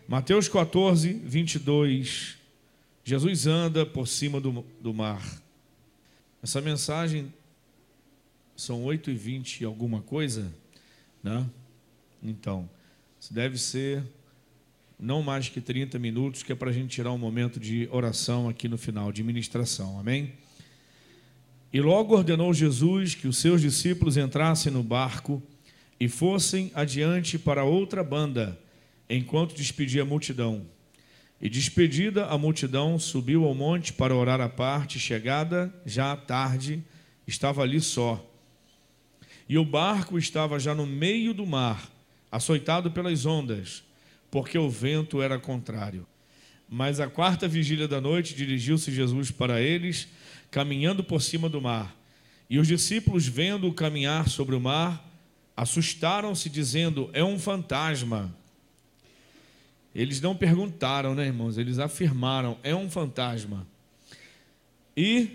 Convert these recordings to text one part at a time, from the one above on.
Mateus 14, 22. Jesus anda por cima do mar. Essa mensagem são 8h20 e alguma coisa, né? Então, isso deve ser não mais que 30 minutos, que é para a gente tirar um momento de oração aqui no final, de ministração, amém? E logo ordenou Jesus que os seus discípulos entrassem no barco e fossem adiante para outra banda, enquanto despedia a multidão. E despedida a multidão, subiu ao monte para orar à parte. Chegada já à tarde, estava ali só. E o barco estava já no meio do mar, açoitado pelas ondas, porque o vento era contrário. Mas à quarta vigília da noite, dirigiu-se Jesus para eles, caminhando por cima do mar. E os discípulos, vendo-o caminhar sobre o mar, assustaram-se, dizendo: é um fantasma. Eles não perguntaram, né, irmãos? Eles afirmaram: é um fantasma. E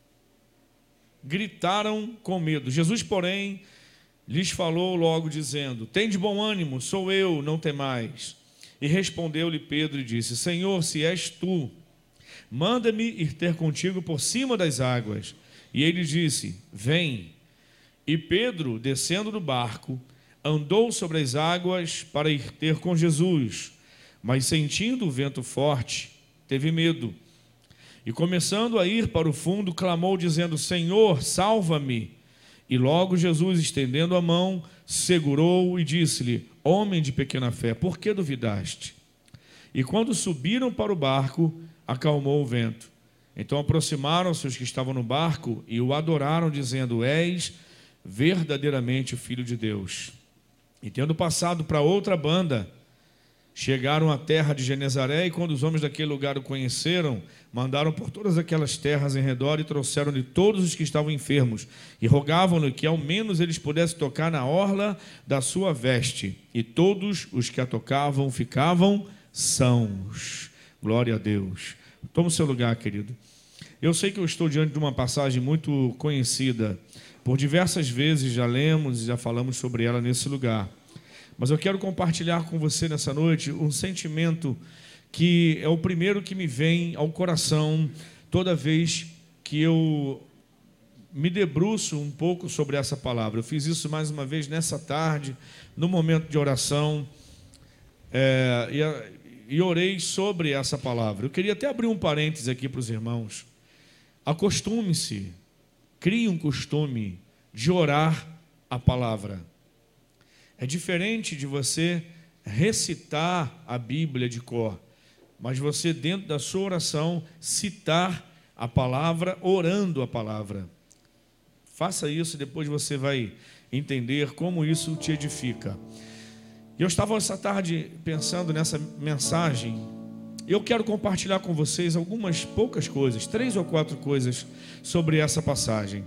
gritaram com medo. Jesus, porém, lhes falou logo, dizendo: tende bom ânimo, sou eu, não temais. E respondeu-lhe Pedro e disse: Senhor, se és tu, manda-me ir ter contigo por cima das águas. E ele disse: vem. E Pedro, descendo do barco, andou sobre as águas para ir ter com Jesus. Mas sentindo o vento forte, teve medo. E começando a ir para o fundo, clamou, dizendo: Senhor, salva-me. E logo Jesus, estendendo a mão, segurou e disse-lhe: homem de pequena fé, por que duvidaste? E quando subiram para o barco, acalmou o vento. Então aproximaram-se os que estavam no barco e o adoraram, dizendo: és verdadeiramente o Filho de Deus. E tendo passado para outra banda, chegaram à terra de Genezaré, e quando os homens daquele lugar o conheceram, mandaram por todas aquelas terras em redor e trouxeram-lhe todos os que estavam enfermos e rogavam-lhe que ao menos eles pudessem tocar na orla da sua veste, e todos os que a tocavam ficavam sãos. Glória a Deus. Toma o seu lugar, querido. Eu sei que eu estou diante de uma passagem muito conhecida, por diversas vezes já lemos e já falamos sobre ela nesse lugar. Mas eu quero compartilhar com você nessa noite um sentimento que é o primeiro que me vem ao coração toda vez que eu me debruço um pouco sobre essa palavra. Eu fiz isso mais uma vez nessa tarde, no momento de oração, e orei sobre essa palavra. Eu queria até abrir um parênteses aqui para os irmãos. Acostume-se, crie um costume de orar a palavra. É diferente de você recitar a Bíblia de cor, mas você, dentro da sua oração, citar a palavra, orando a palavra. Faça isso e depois você vai entender como isso te edifica. Eu estava essa tarde pensando nessa mensagem. Eu quero compartilhar com vocês algumas poucas coisas, 3 ou 4 coisas sobre essa passagem.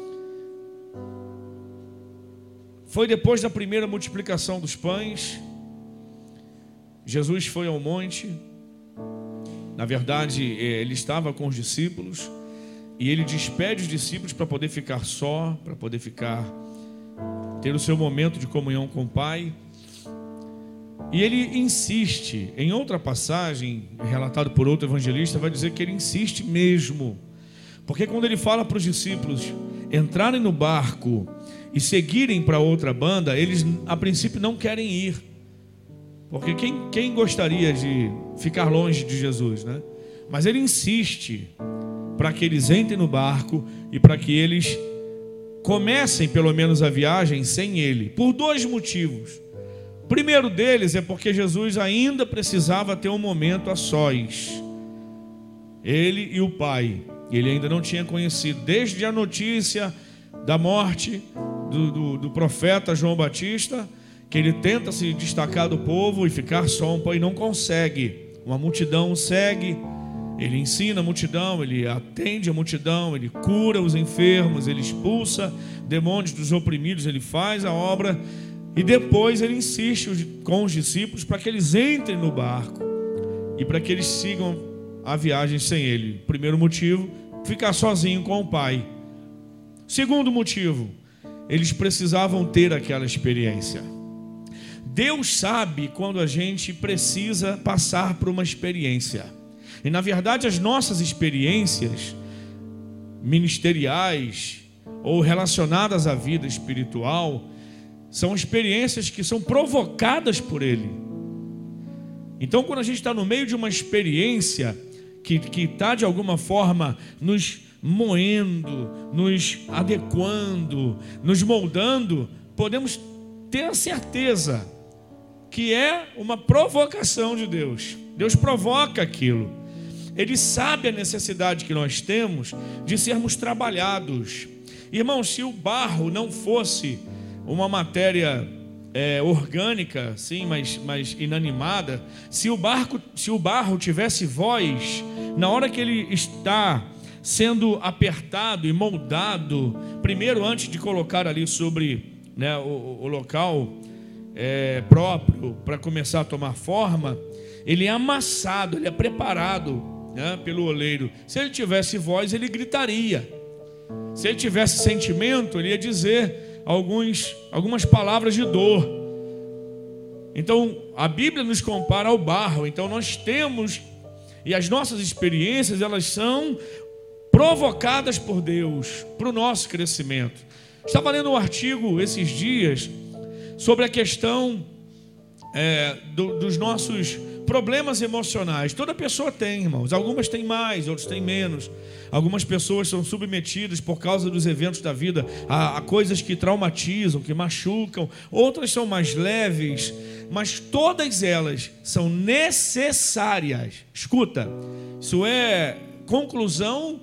Foi depois da primeira multiplicação dos pães. Jesus foi ao monte. Na verdade, ele estava com os discípulos, e ele despede os discípulos para poder ficar só, para poder ter o seu momento de comunhão com o Pai. E ele insiste, em outra passagem, relatado por outro evangelista, vai dizer que ele insiste mesmo. Porque quando ele fala para os discípulos entrarem no barco e seguirem para outra banda, eles a princípio não querem ir. Porque quem gostaria de ficar longe de Jesus, né? Mas ele insiste para que eles entrem no barco e para que eles comecem pelo menos a viagem sem ele, por 2 motivos. O primeiro deles é porque Jesus ainda precisava ter um momento a sós, ele e o Pai. Ele ainda não tinha conhecido, desde a notícia da morte do profeta João Batista, que ele tenta se destacar do povo e ficar só e não consegue. Uma multidão segue, ele ensina a multidão, ele atende a multidão, ele cura os enfermos, ele expulsa demônios dos oprimidos, ele faz a obra, e depois ele insiste com os discípulos para que eles entrem no barco e para que eles sigam a viagem sem ele. Primeiro motivo, ficar sozinho com o Pai. Segundo motivo, eles precisavam ter aquela experiência. Deus sabe quando a gente precisa passar por uma experiência. E na verdade as nossas experiências ministeriais ou relacionadas à vida espiritual são experiências que são provocadas por Ele. Então quando a gente está no meio de uma experiência que está de alguma forma nos moendo, nos adequando, nos moldando, podemos ter a certeza que é uma provocação de Deus. Deus provoca aquilo. Ele sabe a necessidade que nós temos de sermos trabalhados. Irmão, se o barro não fosse uma matéria orgânica, sim, mas inanimada, se o barro tivesse voz, na hora que ele está sendo apertado e moldado, primeiro antes de colocar ali sobre, né, o local próprio para começar a tomar forma, ele é amassado, ele é preparado, né, pelo oleiro. Se ele tivesse voz, ele gritaria. Se ele tivesse sentimento, ele ia dizer algumas palavras de dor. Então a Bíblia nos compara ao barro. Então nós temos, e as nossas experiências, elas são provocadas por Deus para o nosso crescimento. Estava lendo um artigo esses dias sobre a questão dos nossos problemas emocionais. Toda pessoa tem, irmãos. Algumas têm mais, outros têm menos. Algumas pessoas são submetidas por causa dos eventos da vida a coisas que traumatizam, que machucam. Outras são mais leves, mas todas elas são necessárias. Escuta, isso é conclusão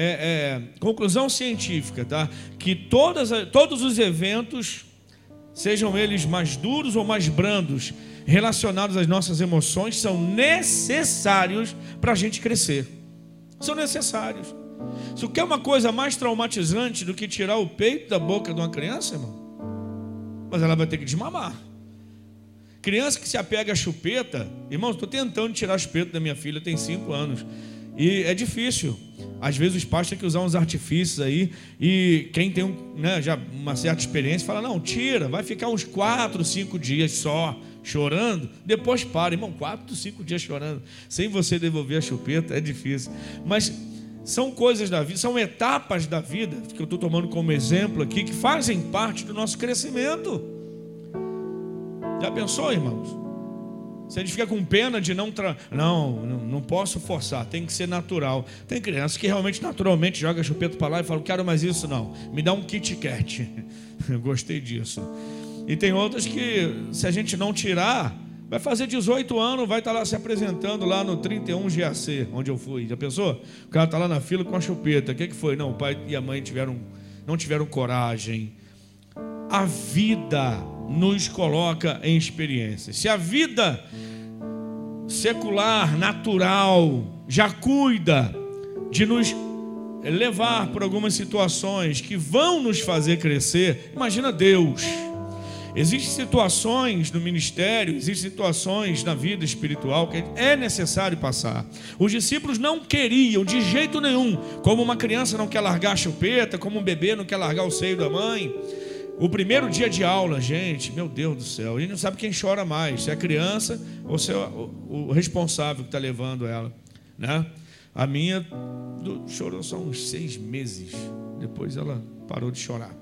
científica, tá? Que todos os eventos, sejam eles mais duros ou mais brandos, relacionados às nossas emoções, são necessários para a gente crescer. São necessários. Isso quer uma coisa mais traumatizante do que tirar o peito da boca de uma criança, irmão? Mas ela vai ter que desmamar. Criança que se apega à chupeta, irmão, estou tentando tirar a chupeta da minha filha, tem 5 anos. E é difícil. Às vezes os pais têm que usar uns artifícios aí. E quem tem já uma certa experiência fala, não, tira, vai ficar uns 4, 5 dias só chorando, depois para. Irmão, 4, 5 dias chorando sem você devolver a chupeta é difícil. Mas são coisas da vida, são etapas da vida que eu estou tomando como exemplo aqui, que fazem parte do nosso crescimento. Já pensou, irmãos? Se a gente fica com pena de não posso forçar, tem que ser natural. Tem crianças que realmente naturalmente joga a chupeta para lá e fala, não quero mais isso não, me dá um Kit Kat. Eu gostei disso. E tem outras que, se a gente não tirar, vai fazer 18 anos, vai estar lá se apresentando lá no 31 GAC, onde eu fui. Já pensou? O cara está lá na fila com a chupeta. O que foi? Não, o pai e a mãe não tiveram coragem. A vida nos coloca em experiências. Se a vida secular, natural, já cuida de nos levar por algumas situações que vão nos fazer crescer, imagina Deus. Existem situações no ministério, existem situações na vida espiritual que é necessário passar. Os discípulos não queriam de jeito nenhum, como uma criança não quer largar a chupeta, como um bebê não quer largar o seio da mãe. O primeiro dia de aula, gente, meu Deus do céu, a gente não sabe quem chora mais, se é a criança ou se é o responsável que está levando ela, né? A minha chorou só uns 6 meses, depois ela parou de chorar.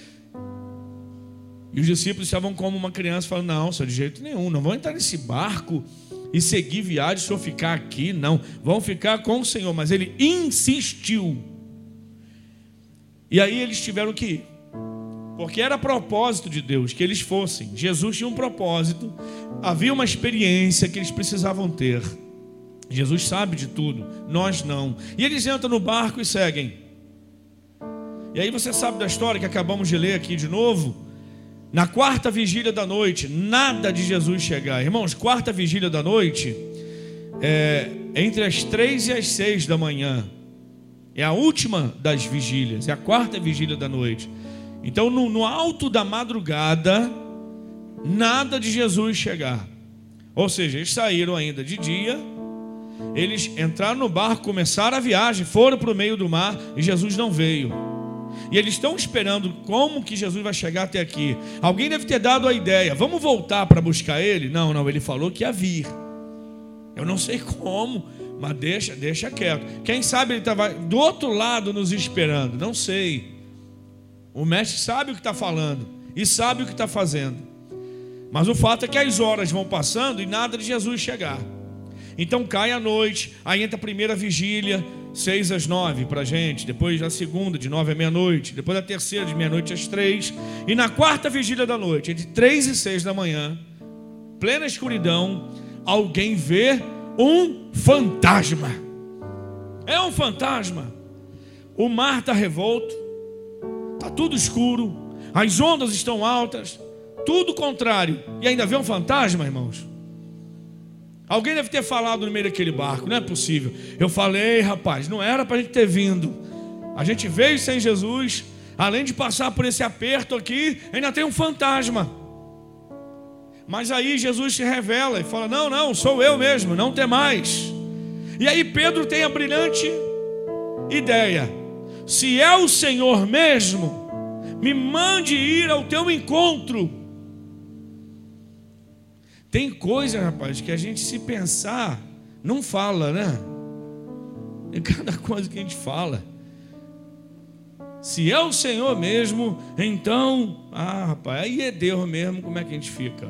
E os discípulos estavam como uma criança, falando, não, senhor, de jeito nenhum, não vão entrar nesse barco e seguir viagem, se eu ficar aqui, não, vão ficar com o Senhor. Mas ele insistiu. E aí eles tiveram que ir, porque era propósito de Deus que eles fossem. Jesus tinha um propósito, havia uma experiência que eles precisavam ter. Jesus sabe de tudo, nós não. E eles entram no barco e seguem. E aí você sabe da história que acabamos de ler aqui de novo. Na 4ª vigília da noite, nada de Jesus chegar. Irmãos, 4ª vigília da noite é entre as 3 e as 6 da manhã. É a última das vigílias, é a 4ª vigília da noite. Então no alto da madrugada, nada de Jesus chegar. Ou seja, eles saíram ainda de dia, eles entraram no barco, começaram a viagem, foram para o meio do mar e Jesus não veio. E eles estão esperando como que Jesus vai chegar até aqui. Alguém deve ter dado a ideia: vamos voltar para buscar ele? Não, ele falou que ia vir. Eu não sei como, mas deixa quieto. Quem sabe ele estava do outro lado nos esperando, não sei. O mestre sabe o que está falando e sabe o que está fazendo. Mas o fato é que as horas vão passando e nada de Jesus chegar. Então cai a noite, aí entra a primeira vigília, 6 às 9 para a gente, depois a segunda, de 9 à meia-noite, depois a terceira, de meia-noite às 3, e na quarta vigília da noite, entre 3 e 6 da manhã, plena escuridão, alguém vê um fantasma. É um fantasma. O mar está revolto, está tudo escuro, as ondas estão altas, tudo contrário, e ainda vê um fantasma, irmãos. Alguém deve ter falado no meio daquele barco: não é possível. Eu falei, rapaz, não era para a gente ter vindo. A gente veio sem Jesus, além de passar por esse aperto aqui, ainda tem um fantasma. Mas aí Jesus se revela e fala: não, sou eu mesmo, não tem mais. E aí Pedro tem a brilhante ideia: se é o Senhor mesmo, me mande ir ao teu encontro. Tem coisa, rapaz, que a gente, se pensar, não fala, né? Tem cada coisa que a gente fala. Se é o Senhor mesmo, então, rapaz, aí é Deus mesmo, como é que a gente fica?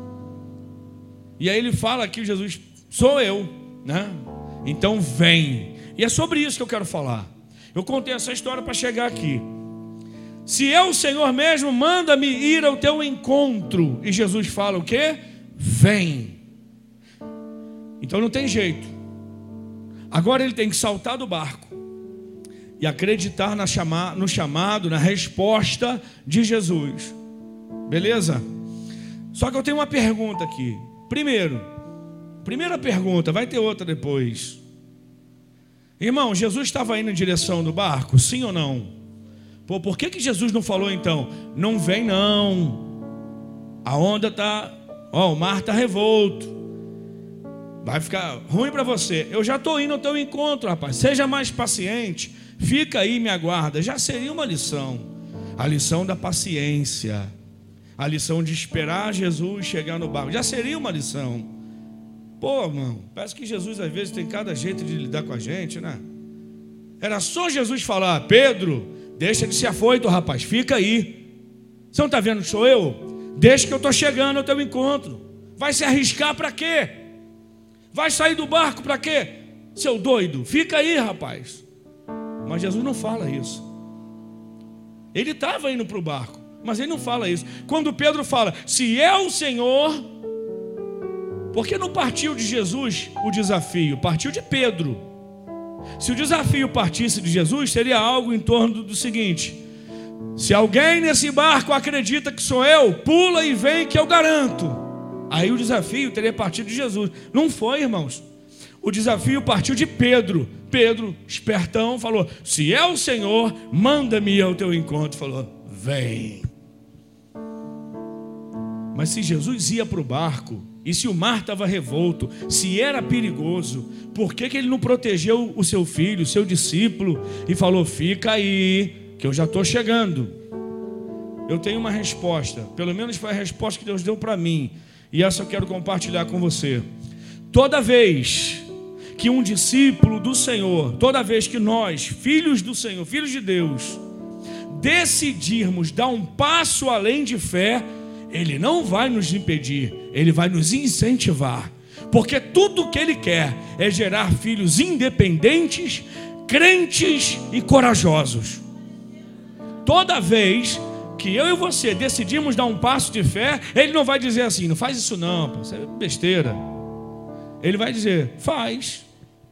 E aí ele fala aqui, Jesus: sou eu, né? Então vem. E é sobre isso que eu quero falar. Eu contei essa história para chegar aqui. Se é o Senhor mesmo, manda-me ir ao teu encontro. E Jesus fala o quê? Vem. Então não tem jeito. Agora ele tem que saltar do barco e acreditar no chamado, na resposta de Jesus. Beleza? Só que eu tenho uma pergunta aqui. Primeira pergunta, vai ter outra depois. Irmão, Jesus estava indo em direção do barco? Sim ou não? Por que Jesus não falou então: não vem não, a onda está... o mar está revolto, vai ficar ruim para você. Eu já estou indo ao teu encontro, rapaz. Seja mais paciente, fica aí, me aguarda. Já seria uma lição. A lição da paciência, a lição de esperar Jesus chegar no barco, já seria uma lição. Irmão, parece que Jesus às vezes tem cada jeito de lidar com a gente, né? Era só Jesus falar: Pedro, deixa de ser afoito, rapaz, fica aí. Você não está vendo que sou eu? Deixa que eu estou chegando ao teu encontro. Vai se arriscar para quê? Vai sair do barco para quê? Seu doido, fica aí, rapaz. Mas Jesus não fala isso. Ele estava indo para o barco, mas ele não fala isso. Quando Pedro fala: se é o Senhor, porque não partiu de Jesus o desafio, partiu de Pedro. Se o desafio partisse de Jesus, seria algo em torno do seguinte: se alguém nesse barco acredita que sou eu, pula e vem que eu garanto. Aí o desafio teria partido de Jesus. Não foi, irmãos. O desafio partiu de Pedro. Pedro, espertão, falou: se é o Senhor, manda-me ir ao teu encontro. Falou: vem. Mas se Jesus ia para o barco, e se o mar estava revolto, se era perigoso, por que ele não protegeu o seu filho, o seu discípulo, e falou: fica aí, que eu já estou chegando? Eu tenho uma resposta, pelo menos foi a resposta que Deus deu para mim, e essa eu quero compartilhar com você. Toda vez que um discípulo do Senhor, toda vez que nós, filhos do Senhor, filhos de Deus, decidirmos dar um passo além de fé, Ele não vai nos impedir, Ele vai nos incentivar, porque tudo que Ele quer é gerar filhos independentes, crentes e corajosos. Toda vez que eu e você decidimos dar um passo de fé, Ele não vai dizer assim: não faz isso não, isso é besteira. Ele vai dizer: faz.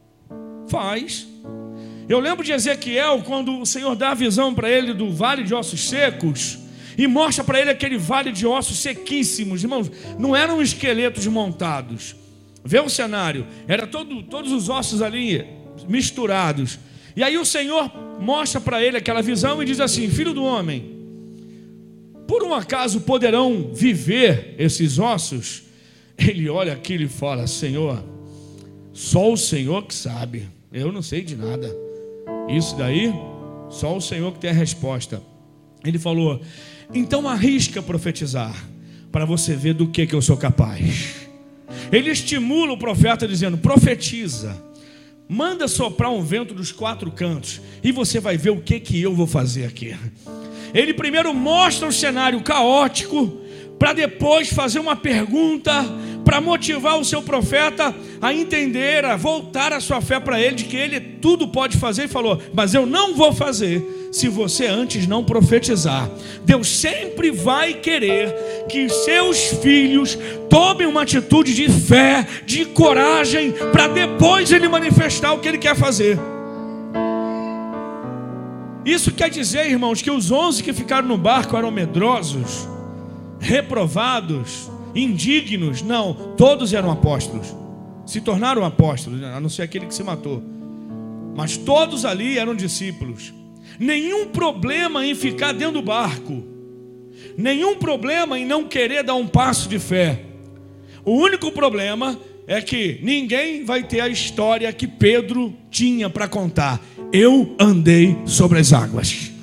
Eu lembro de Ezequiel, quando o Senhor dá a visão para ele do vale de ossos secos, e mostra para ele aquele vale de ossos sequíssimos. Irmãos, não eram esqueletos montados. Vê o cenário, era todos os ossos ali misturados. E aí o Senhor mostra para ele aquela visão e diz assim: filho do homem, por um acaso poderão viver esses ossos? Ele olha aquilo e fala: Senhor, só o Senhor que sabe, eu não sei de nada. Isso daí Só o Senhor que tem a resposta. Ele falou: então arrisca profetizar, para você ver do que eu sou capaz. Ele estimula o profeta dizendo: profetiza, manda soprar um vento dos 4 cantos, e você vai ver o que eu vou fazer aqui. Ele primeiro mostra o cenário caótico, para depois fazer uma pergunta, para motivar o seu profeta a entender, a voltar a sua fé para ele, de que ele tudo pode fazer. E falou: mas eu não vou fazer se você antes não profetizar. Deus sempre vai querer que seus filhos tomem uma atitude de fé, de coragem, para depois ele manifestar o que ele quer fazer. Isso quer dizer, irmãos, que os 11 que ficaram no barco eram medrosos, reprovados, indignos? Não, todos eram apóstolos, se tornaram apóstolos, a não ser aquele que se matou, mas todos ali eram discípulos. Nenhum problema em ficar dentro do barco, nenhum problema em não querer dar um passo de fé. O único problema é que ninguém vai ter a história que Pedro tinha para contar. Eu andei sobre as águas,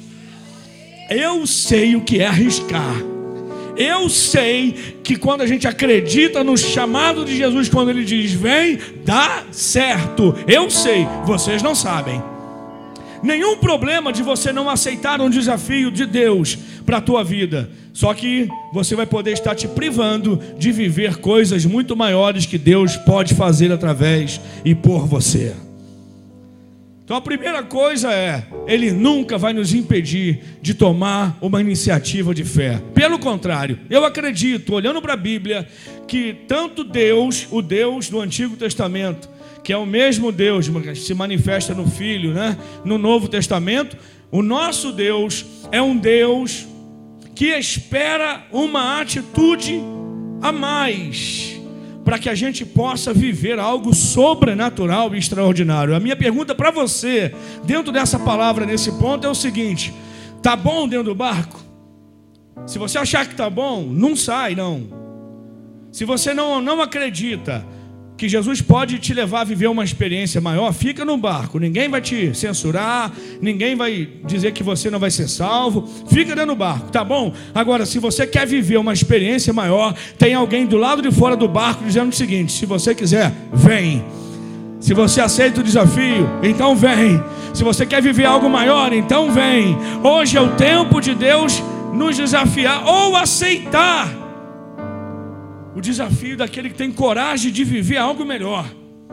eu sei o que é arriscar. Eu sei que quando a gente acredita no chamado de Jesus, quando ele diz vem, dá certo. Eu sei, vocês não sabem. Nenhum problema de você não aceitar um desafio de Deus para a tua vida. Só que você vai poder estar te privando de viver coisas muito maiores que Deus pode fazer através e por você. Então a primeira coisa é: Ele nunca vai nos impedir de tomar uma iniciativa de fé. Pelo contrário, eu acredito, olhando para a Bíblia, que tanto Deus, o Deus do Antigo Testamento, que é o mesmo Deus que se manifesta no Filho, no Novo Testamento, o nosso Deus é um Deus que espera uma atitude a mais, para que a gente possa viver algo sobrenatural e extraordinário. A minha pergunta para você, dentro dessa palavra, nesse ponto, é o seguinte: tá bom dentro do barco? Se você achar que tá bom, não sai não. Se você não acredita que Jesus pode te levar a viver uma experiência maior, fica no barco. Ninguém vai te censurar, ninguém vai dizer que você não vai ser salvo. Fica dentro do barco, tá bom? Agora, se você quer viver uma experiência maior, tem alguém do lado de fora do barco dizendo o seguinte: se você quiser, vem. Se você aceita o desafio, então vem. Se você quer viver algo maior, então vem. Hoje é o tempo de Deus nos desafiar ou aceitar o desafio daquele que tem coragem de viver algo melhor.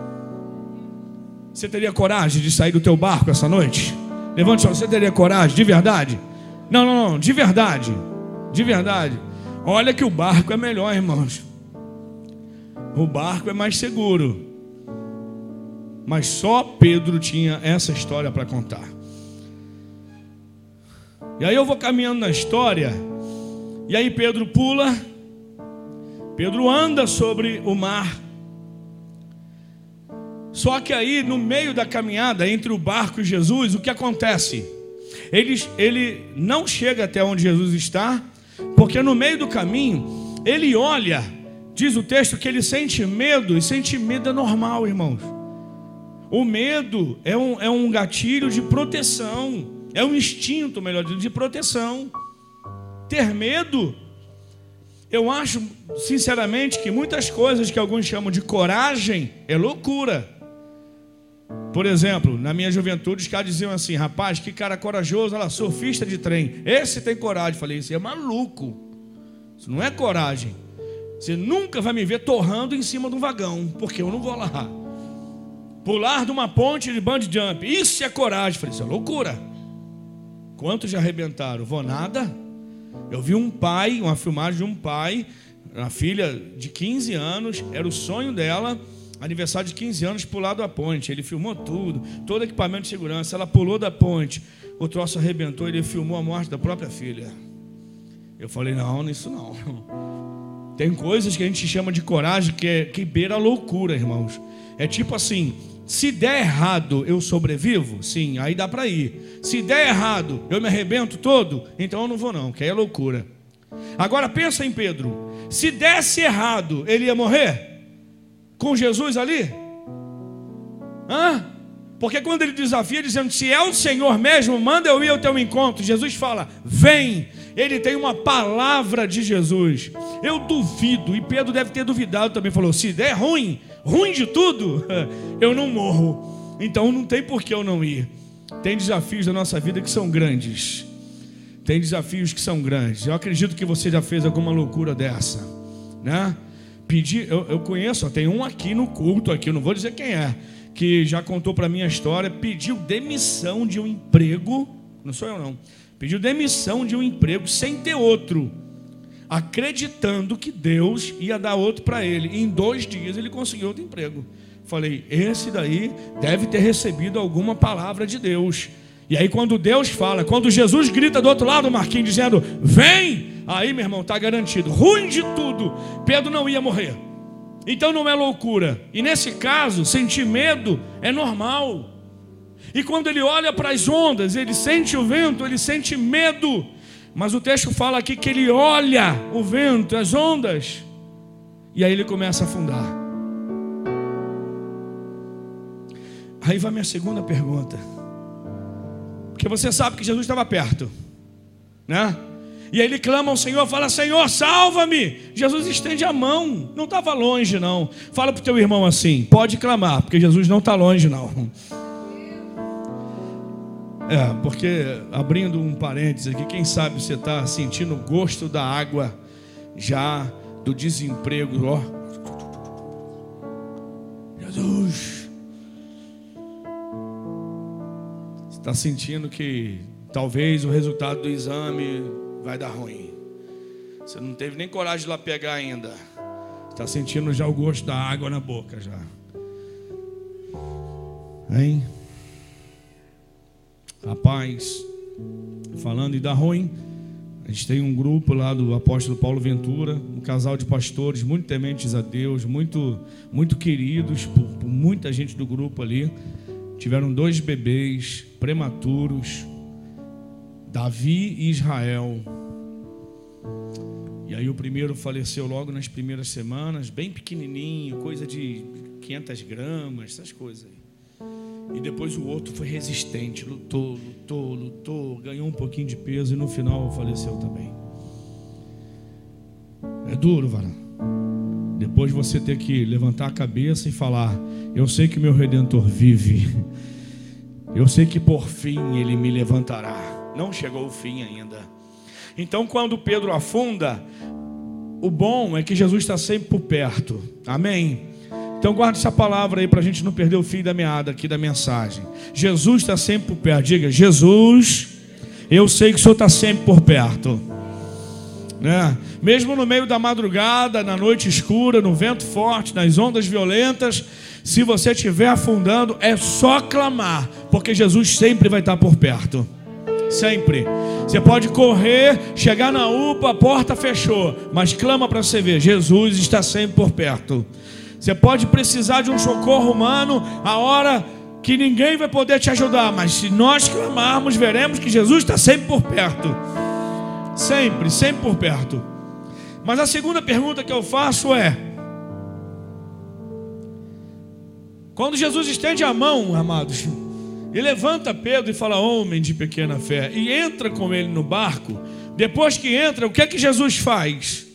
Você teria coragem de sair do teu barco essa noite? Levante só, você teria coragem, de verdade? Não, de verdade. De verdade. Olha que o barco é melhor, irmãos. O barco é mais seguro. Mas só Pedro tinha essa história para contar. E aí eu vou caminhando na história, e aí Pedro pula. Pedro anda sobre o mar. Só que aí, no meio da caminhada entre o barco e Jesus, o que acontece? Ele não chega até onde Jesus está, porque no meio do caminho, ele olha, diz o texto que ele sente medo, e sente medo é normal, irmãos. O medo é um gatilho de proteção, é um instinto, melhor dizendo, de proteção. Ter medo, eu acho, sinceramente, que muitas coisas que alguns chamam de coragem é loucura. Por exemplo, na minha juventude, os caras diziam assim: rapaz, que cara corajoso, olha lá, surfista de trem, esse tem coragem. Eu falei: isso é maluco, isso não é coragem. Você nunca vai me ver torrando em cima de um vagão, porque eu não vou lá. Pular de uma ponte de bungee jump, isso é coragem. Eu falei: isso é loucura. Quantos já arrebentaram? Vou nada. Eu vi um pai, uma filmagem de um pai, uma filha de 15 anos, era o sonho dela, aniversário de 15 anos, pular da ponte. Ele filmou tudo, todo equipamento de segurança. Ela pulou da ponte, o troço arrebentou, ele filmou a morte da própria filha. Eu falei: não, isso não. Tem coisas que a gente chama de coragem que beira a loucura, irmãos. É tipo assim: se der errado, eu sobrevivo? Sim, aí dá para ir. Se der errado, eu me arrebento todo? Então eu não vou não, que aí é loucura. Agora pensa em Pedro. Se desse errado, ele ia morrer? Com Jesus ali? Porque quando ele desafia, dizendo, se é o Senhor mesmo, manda eu ir ao teu encontro. Jesus fala, vem. Ele tem uma palavra de Jesus. Eu duvido, e Pedro deve ter duvidado também. Falou, se der ruim de tudo, eu não morro. Então não tem por que eu não ir. Tem desafios da nossa vida que são grandes. Tem desafios que são grandes. Eu acredito que você já fez alguma loucura dessa, né? Pedir, eu conheço, tem um aqui no culto, aqui, eu não vou dizer quem é, que já contou para mim a história, pediu demissão de um emprego, não sou eu não, pediu demissão de um emprego sem ter outro, acreditando que Deus ia dar outro para ele. Em 2 dias ele conseguiu outro emprego. Falei, esse daí deve ter recebido alguma palavra de Deus. E aí quando Deus fala, quando Jesus grita do outro lado, Marquinhos, dizendo, vem, aí meu irmão, está garantido, ruim de tudo, Pedro não ia morrer. Então não é loucura. E nesse caso, sentir medo é normal. E quando ele olha para as ondas, ele sente o vento, ele sente medo. Mas o texto fala aqui que ele olha o vento, as ondas, e aí ele começa a afundar. Aí vai minha segunda pergunta. Porque você sabe que Jesus estava perto, né? E aí ele clama ao Senhor, fala, Senhor, salva-me. Jesus estende a mão, não estava longe não. Fala para o teu irmão assim, pode clamar, porque Jesus não está longe não. Porque, abrindo um parênteses aqui, quem sabe você está sentindo o gosto da água já, do desemprego, ó. Jesus. Você está sentindo que talvez o resultado do exame vai dar ruim. Você não teve nem coragem de ir lá pegar ainda. Está sentindo já o gosto da água na boca já. Hein? Rapaz, falando em dar ruim, a gente tem um grupo lá do apóstolo Paulo Ventura, um casal de pastores muito tementes a Deus, muito queridos por muita gente do grupo ali. Tiveram 2 bebês prematuros, Davi e Israel. E aí o primeiro faleceu logo nas primeiras semanas, bem pequenininho, coisa de 500 gramas, essas coisas aí. E depois o outro foi resistente, lutou, ganhou um pouquinho de peso e no final faleceu também. É duro, varão. Depois você ter que levantar a cabeça e falar, eu sei que meu Redentor vive. Eu sei que por fim ele me levantará. Não chegou o fim ainda. Então quando Pedro afunda, o bom é que Jesus está sempre por perto. Amém? Então guarde essa palavra aí para a gente não perder o fio da meada aqui da mensagem. Jesus está sempre por perto. Diga, Jesus, eu sei que o Senhor está sempre por perto, né? Mesmo no meio da madrugada, na noite escura, no vento forte, nas ondas violentas, se você estiver afundando, é só clamar, porque Jesus sempre vai estar por perto. Sempre. Você pode correr, chegar na UPA, a porta fechou, mas clama para você ver, Jesus está sempre por perto. Você pode precisar de um socorro humano a hora que ninguém vai poder te ajudar, mas se nós clamarmos, veremos que Jesus está sempre por perto. Sempre, sempre por perto. Mas a segunda pergunta que eu faço é: quando Jesus estende a mão, amados, e levanta Pedro e fala, homem de pequena fé, e entra com ele no barco, depois que entra, o que é que Jesus faz?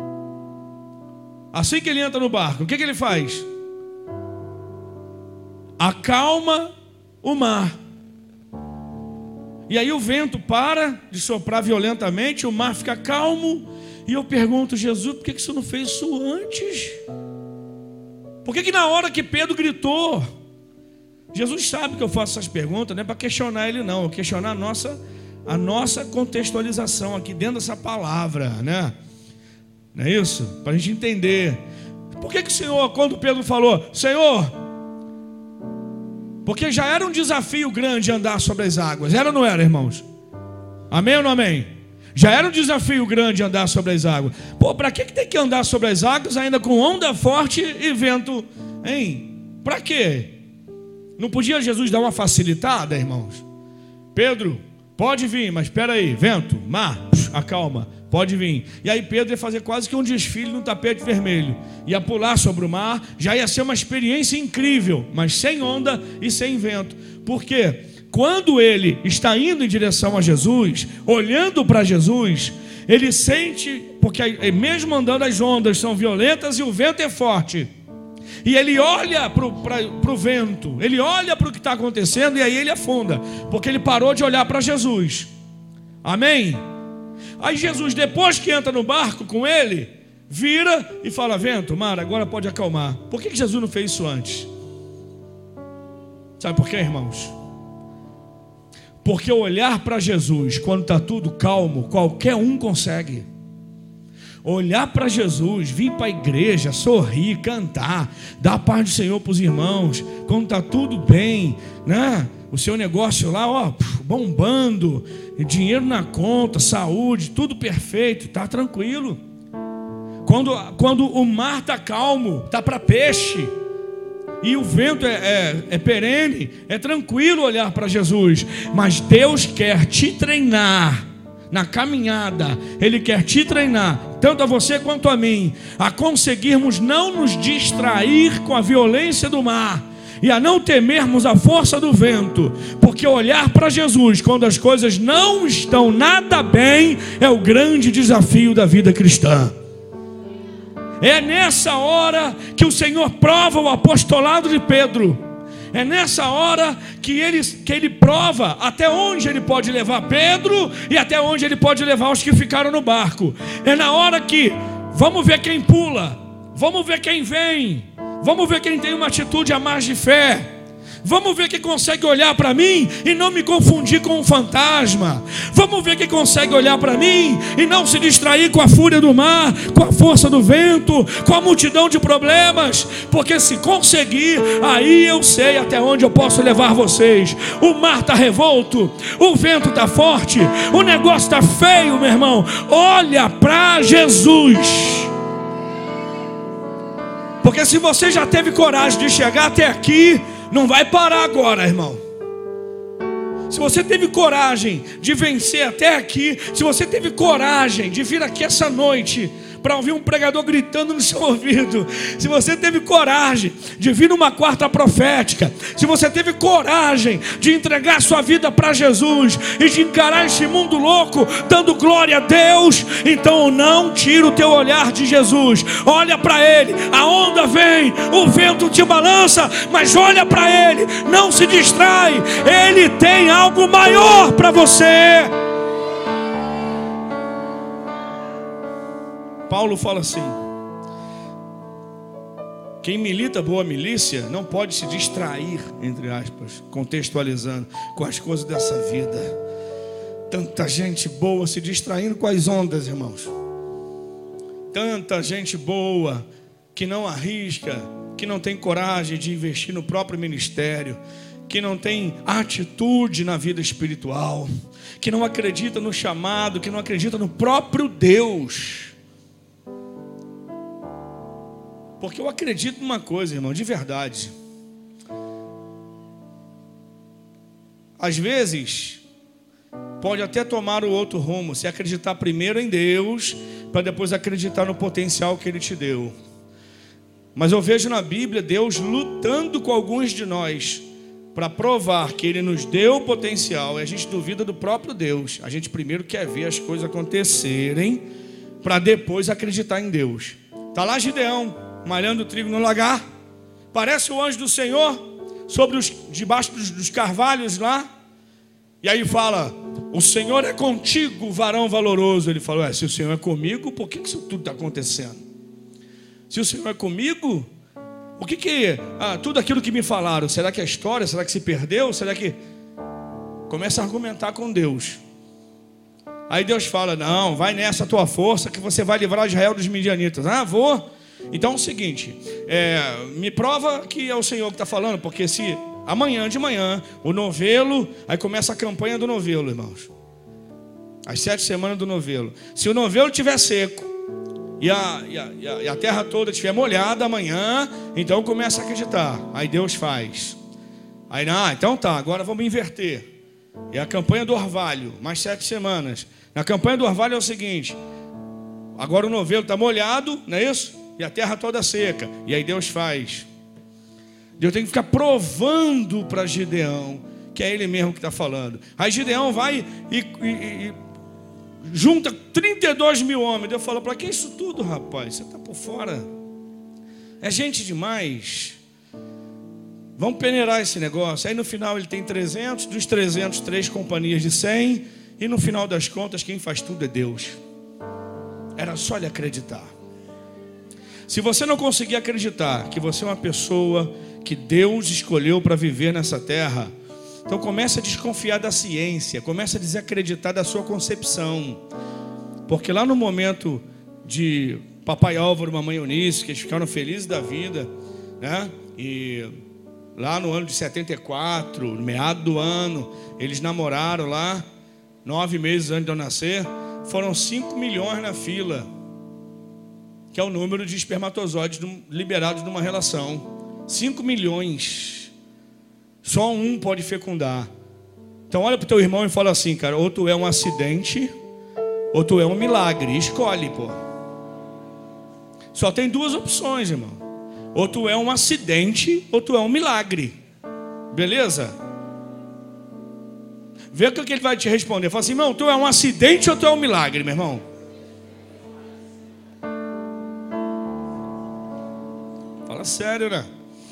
Assim que ele entra no barco, o que é que ele faz? Acalma o mar. E aí o vento para de soprar violentamente, o mar fica calmo. E eu pergunto, Jesus, por que você não fez isso antes? Por que na hora que Pedro gritou? Jesus sabe que eu faço essas perguntas, não é para questionar ele não, é questionar a nossa contextualização aqui dentro dessa palavra, né? Não é isso? Para a gente entender. Por que o Senhor, quando Pedro falou, Senhor, porque já era um desafio grande andar sobre as águas, era ou não era, irmãos? Amém ou não amém? Já era um desafio grande andar sobre as águas. Pô, para que tem que andar sobre as águas ainda com onda forte e vento, hein? Para quê? Não podia Jesus dar uma facilitada, irmãos? Pedro, pode vir, mas espera aí, vento, mar, acalma. Pode vir. E aí Pedro ia fazer quase que um desfile no tapete vermelho. Ia pular sobre o mar, já ia ser uma experiência incrível, mas sem onda e sem vento. Por quê? Quando ele está indo em direção a Jesus, olhando para Jesus, ele sente, porque mesmo andando as ondas são violentas e o vento é forte, e ele olha para o vento, ele olha para o que está acontecendo e aí ele afunda, porque ele parou de olhar para Jesus. Amém? Aí Jesus, depois que entra no barco com ele, vira e fala: vento, mar, agora pode acalmar. Por que Jesus não fez isso antes? Sabe por quê, irmãos? Porque olhar para Jesus quando está tudo calmo, qualquer um consegue. Olhar para Jesus, vir para a igreja, sorrir, cantar, dar a paz do Senhor para os irmãos, quando está tudo bem, né? O seu negócio lá, ó, bombando, dinheiro na conta, saúde, tudo perfeito, está tranquilo. Quando o mar está calmo, está para peixe, e o vento é perene, é tranquilo olhar para Jesus. Mas Deus quer te treinar na caminhada. Ele quer te treinar, tanto a você quanto a mim, a conseguirmos não nos distrair com a violência do mar e a não temermos a força do vento. Porque olhar para Jesus quando as coisas não estão nada bem é o grande desafio da vida cristã. É nessa hora que o Senhor prova o apostolado de Pedro. É nessa hora que ele prova até onde ele pode levar Pedro e até onde ele pode levar os que ficaram no barco. É na hora que vamos ver quem pula, vamos ver quem vem, vamos ver quem tem uma atitude a mais de fé. Vamos ver quem consegue olhar para mim e não me confundir com um fantasma. Vamos ver quem consegue olhar para mim e não se distrair com a fúria do mar, com a força do vento, com a multidão de problemas. Porque se conseguir, aí eu sei até onde eu posso levar vocês. O mar está revolto, o vento está forte, o negócio está feio, meu irmão. Olha para Jesus. Porque se você já teve coragem de chegar até aqui, não vai parar agora, irmão. Se você teve coragem de vencer até aqui, se você teve coragem de vir aqui essa noite para ouvir um pregador gritando no seu ouvido, se você teve coragem de vir numa quarta profética, se você teve coragem de entregar sua vida para Jesus e de encarar esse mundo louco dando glória a Deus, então não tira o teu olhar de Jesus. Olha para Ele. A onda vem, o vento te balança, mas olha para Ele, não se distrai. Ele tem algo maior para você. Paulo fala assim: quem milita boa milícia não pode se distrair, entre aspas, contextualizando, com as coisas dessa vida. Tanta gente boa se distraindo com as ondas, irmãos. Tanta gente boa que não arrisca, que não tem coragem de investir no próprio ministério, que não tem atitude na vida espiritual, que não acredita no chamado, que não acredita no próprio Deus. Porque eu acredito numa coisa, irmão, de verdade. Às vezes, pode até tomar o outro rumo, se acreditar primeiro em Deus, para depois acreditar no potencial que Ele te deu. Mas eu vejo na Bíblia Deus lutando com alguns de nós, para provar que Ele nos deu o potencial, e a gente duvida do próprio Deus. A gente primeiro quer ver as coisas acontecerem, para depois acreditar em Deus. Está lá Gideão, malhando trigo no lagar, parece o anjo do Senhor debaixo dos carvalhos lá, e aí fala: o Senhor é contigo, varão valoroso. Ele falou: se o Senhor é comigo, por que isso tudo está acontecendo? Se o Senhor é comigo, o que tudo aquilo que me falaram, será que é história? Será que se perdeu? Será que... Começa a argumentar com Deus. Aí Deus fala: não, vai nessa tua força que você vai livrar Israel dos midianitas. Vou. Então é o seguinte, me prova que é o Senhor que está falando, porque se amanhã de manhã o novelo, aí começa a campanha do novelo, irmãos, as 7 semanas do novelo. Se o novelo estiver seco e a terra toda estiver molhada amanhã, então começa a acreditar. Aí Deus faz. Aí, então tá, agora vamos inverter. É a campanha do orvalho, mais 7 semanas. Na campanha do orvalho é o seguinte: Agora o novelo está molhado, não é isso? E a terra toda seca. E aí Deus faz. Deus tem que ficar provando para Gideão que é ele mesmo que está falando. Aí Gideão vai e junta 32 mil homens. Deus fala: para que isso tudo, rapaz? Você está por fora. É gente demais. Vamos peneirar esse negócio. Aí no final ele tem 300, dos 300, 3 companhias de 100. E no final das contas quem faz tudo é Deus. Era só ele acreditar. Se você não conseguir acreditar que você é uma pessoa que Deus escolheu para viver nessa terra, então comece a desconfiar da ciência, comece a desacreditar da sua concepção. Porque lá no momento de Papai Álvaro e Mamãe Eunice, que eles ficaram felizes da vida, né? E lá no ano de 74, no meado do ano, eles namoraram lá, 9 meses antes de eu nascer. Foram 5 milhões na fila, que é o número de espermatozoides liberados numa relação. 5 milhões. Só um pode fecundar. Então olha para o teu irmão e fala assim: cara, ou tu é um acidente, ou tu é um milagre. Escolhe, pô. Só tem 2 opções, irmão. Ou tu é um acidente, ou tu é um milagre. Beleza? Vê o que ele vai te responder. Fala assim: irmão, tu é um acidente ou tu é um milagre, meu irmão? Fala sério, né?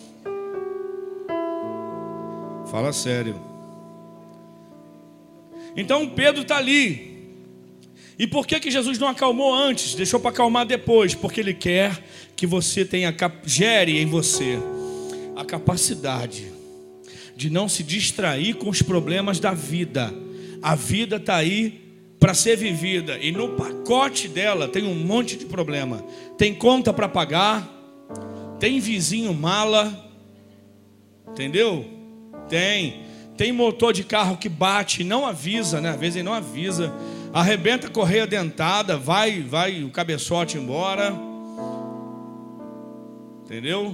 Fala sério. Então Pedro está ali. E por que Jesus não acalmou antes? Deixou para acalmar depois? Porque Ele quer que você gere em você a capacidade de não se distrair com os problemas da vida. A vida está aí para ser vivida. E no pacote dela tem um monte de problema. Tem conta para pagar. Tem vizinho mala. Entendeu? Tem motor de carro que bate e não avisa, né? Às vezes ele não avisa. Arrebenta a correia dentada. Vai o cabeçote embora. Entendeu?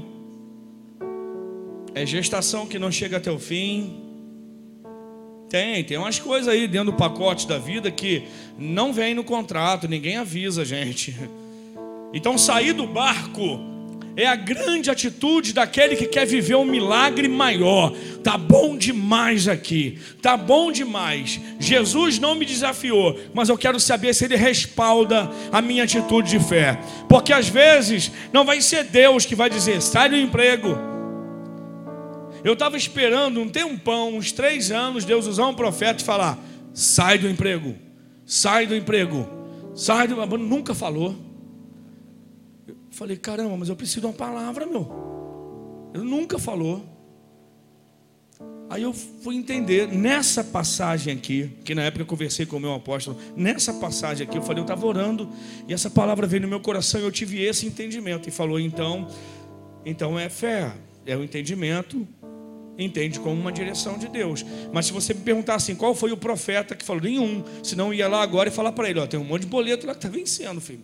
É gestação que não chega até o fim. Tem umas coisas aí dentro do pacote da vida que não vem no contrato, ninguém avisa, gente. Então sair do barco é a grande atitude daquele que quer viver um milagre maior. Tá bom demais aqui, tá bom demais. Jesus não me desafiou, mas eu quero saber se Ele respalda a minha atitude de fé. Porque às vezes não vai ser Deus que vai dizer: sai do emprego. Eu estava esperando um tempão, uns 3 anos, Deus usar um profeta e falar: sai do emprego, sai do emprego, sai do... Nunca falou. Eu falei: caramba, mas eu preciso de uma palavra, meu. Ele nunca falou. Aí eu fui entender, nessa passagem aqui, que na época eu conversei com o meu apóstolo, nessa passagem aqui, eu falei, eu estava orando, e essa palavra veio no meu coração, e eu tive esse entendimento. E falou: então é fé, é o entendimento. Entende como uma direção de Deus. Mas se você me perguntar assim, qual foi o profeta que falou? Nenhum. Senão eu ia lá agora e falar para ele: ó, tem um monte de boleto lá que está vencendo, filho.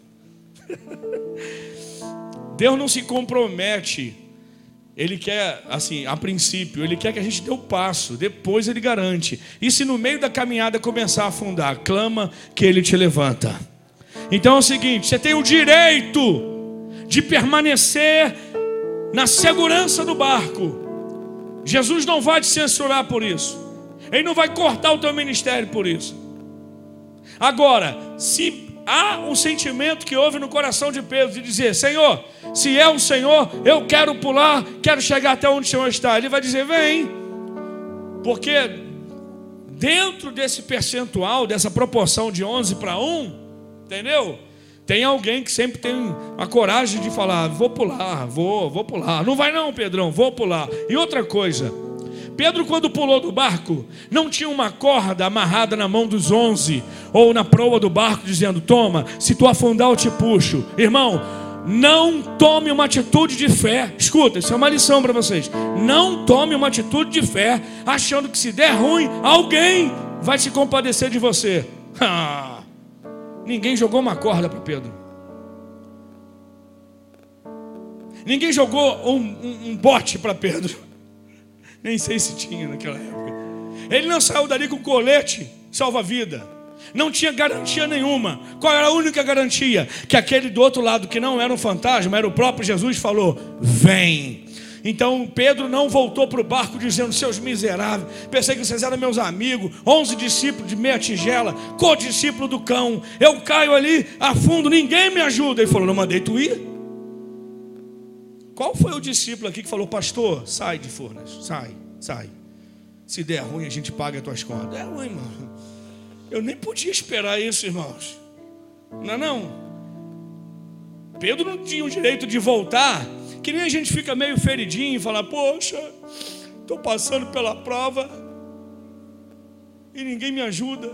Deus não se compromete. Ele quer, assim, a princípio, Ele quer que a gente dê o passo. Depois Ele garante. E se no meio da caminhada começar a afundar, clama que Ele te levanta. Então é o seguinte: você tem o direito de permanecer na segurança do barco. Jesus não vai te censurar por isso. Ele não vai cortar o teu ministério por isso. Agora, se há um sentimento que houve no coração de Pedro de dizer: Senhor, se é o Senhor, eu quero pular, quero chegar até onde o Senhor está. Ele vai dizer: vem. Porque dentro desse percentual, dessa proporção de 11 para 1, entendeu? Tem alguém que sempre tem a coragem de falar: vou pular, vou pular. Não vai não, Pedrão, vou pular. E outra coisa, Pedro, quando pulou do barco, não tinha uma corda amarrada na mão dos 11 ou na proa do barco dizendo: toma, se tu afundar eu te puxo. Irmão, não tome uma atitude de fé. Escuta, isso é uma lição para vocês. Não tome uma atitude de fé achando que se der ruim, alguém vai se compadecer de você. Ninguém jogou uma corda para Pedro. Ninguém jogou um bote para Pedro. Nem sei se tinha naquela época. Ele não saiu dali com colete salva-vida. Não tinha garantia nenhuma. Qual era a única garantia? Que aquele do outro lado, que não era um fantasma, era o próprio Jesus, falou: vem. Então Pedro não voltou para o barco dizendo: seus miseráveis, pensei que vocês eram meus amigos, 11 discípulos de meia tigela, co-discípulo do cão, eu caio ali, afundo, ninguém me ajuda. Ele falou: não mandei tu ir? Qual foi o discípulo aqui que falou: pastor, sai de Furnas, sai, se der ruim a gente paga as tuas contas? É ruim, irmão. Eu nem podia esperar isso, irmãos. Não. Pedro não tinha o direito de voltar. Que nem a gente fica meio feridinho e fala: poxa, estou passando pela prova e ninguém me ajuda,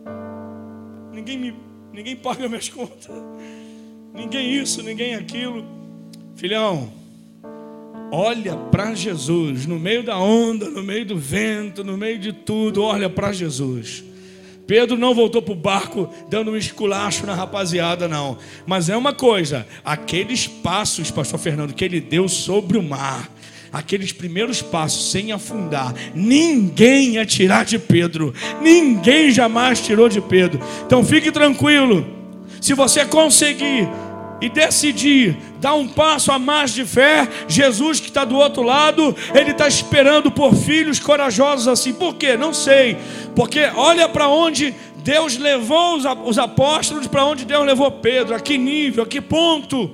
ninguém paga minhas contas, ninguém isso, ninguém aquilo. Filhão, olha para Jesus, no meio da onda, no meio do vento, no meio de tudo, olha para Jesus. Pedro não voltou para o barco dando um esculacho na rapaziada, não. Mas é uma coisa, aqueles passos, pastor Fernando, que ele deu sobre o mar, aqueles primeiros passos sem afundar, ninguém ia tirar de Pedro. Ninguém jamais tirou de Pedro. Então fique tranquilo, se você conseguir e decidir dar um passo a mais de fé, Jesus que está do outro lado, Ele está esperando por filhos corajosos assim. Por quê? Não sei. Porque olha para onde Deus levou os apóstolos, para onde Deus levou Pedro, a que nível, a que ponto.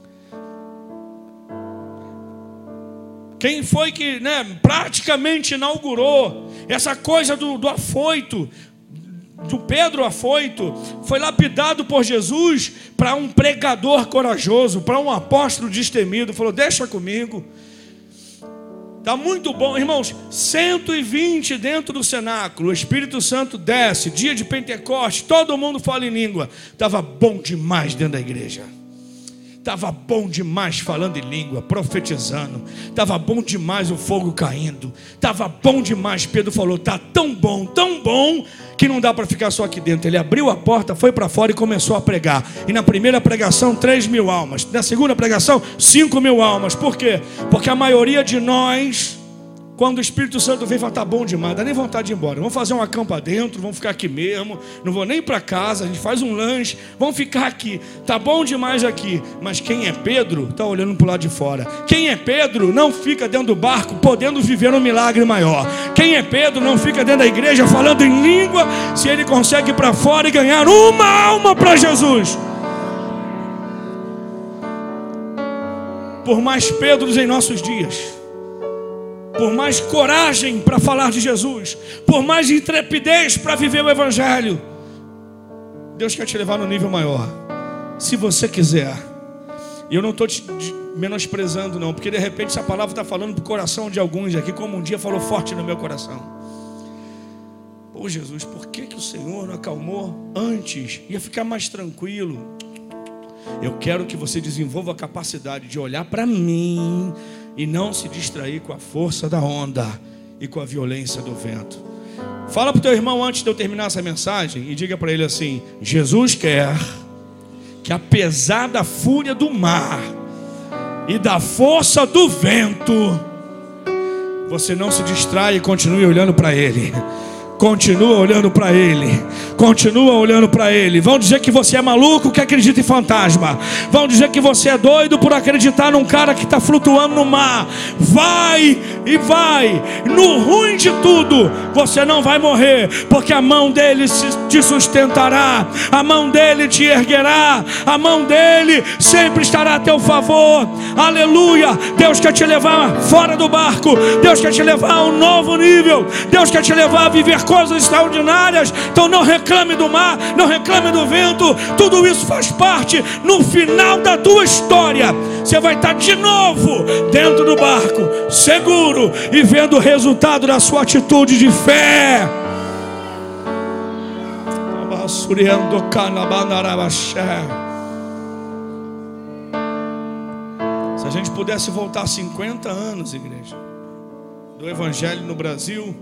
Quem foi que praticamente inaugurou essa coisa do afoito, do Pedro afoito, foi lapidado por Jesus para um pregador corajoso, para um apóstolo destemido. Falou: deixa comigo, está muito bom. Irmãos, 120 dentro do cenáculo, o Espírito Santo desce, dia de Pentecostes, todo mundo fala em língua. Estava bom demais dentro da igreja. Estava bom demais falando em língua, profetizando. Estava bom demais o fogo caindo. Estava bom demais. Pedro falou: está tão bom que não dá para ficar só aqui dentro. Ele abriu a porta, foi para fora e começou a pregar. E na primeira pregação 3.000 almas. Na segunda pregação 5.000 almas. Por quê? Porque a maioria de nós, quando o Espírito Santo vem, fala: tá bom demais, dá nem vontade de ir embora. Vamos fazer uma campa dentro, vamos ficar aqui mesmo. Não vou nem para casa, a gente faz um lanche, vamos ficar aqui. Tá bom demais aqui. Mas quem é Pedro está olhando para o lado de fora. Quem é Pedro não fica dentro do barco podendo viver um milagre maior. Quem é Pedro não fica dentro da igreja falando em língua, se ele consegue ir para fora e ganhar uma alma para Jesus. Por mais Pedros em nossos dias, por mais coragem para falar de Jesus, por mais intrepidez para viver o Evangelho, Deus quer te levar no nível maior, se você quiser. E eu não estou te menosprezando não, porque de repente essa palavra está falando para o coração de alguns aqui, como um dia falou forte no meu coração. Pô, Jesus, por que o Senhor não acalmou antes? Ia ficar mais tranquilo. Eu quero que você desenvolva a capacidade de olhar para mim e não se distrair com a força da onda e com a violência do vento. Fala para o teu irmão antes de eu terminar essa mensagem e diga para ele assim: Jesus quer que, apesar da fúria do mar e da força do vento, você não se distraia e continue olhando para Ele. Continua olhando para Ele. Continua olhando para Ele. Vão dizer que você é maluco que acredita em fantasma. Vão dizer que você é doido por acreditar num cara que está flutuando no mar. Vai e vai. No ruim de tudo, você não vai morrer, porque a mão dele te sustentará. A mão dele te erguerá. A mão dele sempre estará a teu favor. Aleluia. Deus quer te levar fora do barco. Deus quer te levar a um novo nível. Deus quer te levar a viver coisas extraordinárias. Então não reclame do mar, não reclame do vento. Tudo isso faz parte. No final da tua história, você vai estar de novo dentro do barco, seguro e vendo o resultado da sua atitude de fé. Se a gente pudesse voltar 50 anos, igreja, do Evangelho no Brasil,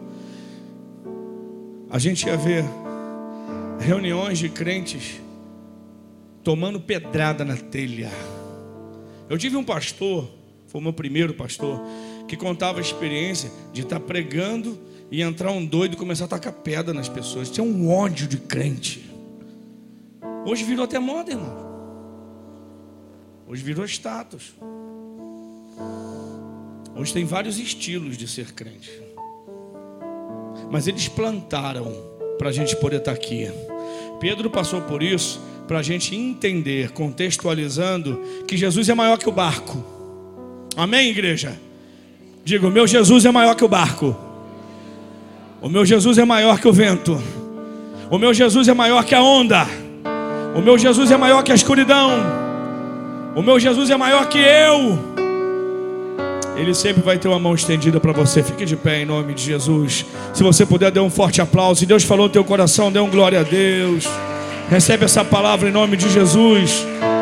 a gente ia ver reuniões de crentes tomando pedrada na telha. Eu tive um pastor, foi o meu primeiro pastor, que contava a experiência de estar pregando e entrar um doido e começar a tacar pedra nas pessoas. Tinha um ódio de crente. Hoje virou até moda, irmão. Hoje virou status. Hoje tem vários estilos de ser crente. Mas eles plantaram para a gente poder estar aqui. Pedro passou por isso para a gente entender, contextualizando, que Jesus é maior que o barco. Amém, igreja? Diga, o meu Jesus é maior que o barco. O meu Jesus é maior que o vento. O meu Jesus é maior que a onda. O meu Jesus é maior que a escuridão. O meu Jesus é maior que eu. Ele sempre vai ter uma mão estendida para você. Fique de pé em nome de Jesus. Se você puder, dê um forte aplauso. Se Deus falou no teu coração, dê um glória a Deus. Recebe essa palavra em nome de Jesus.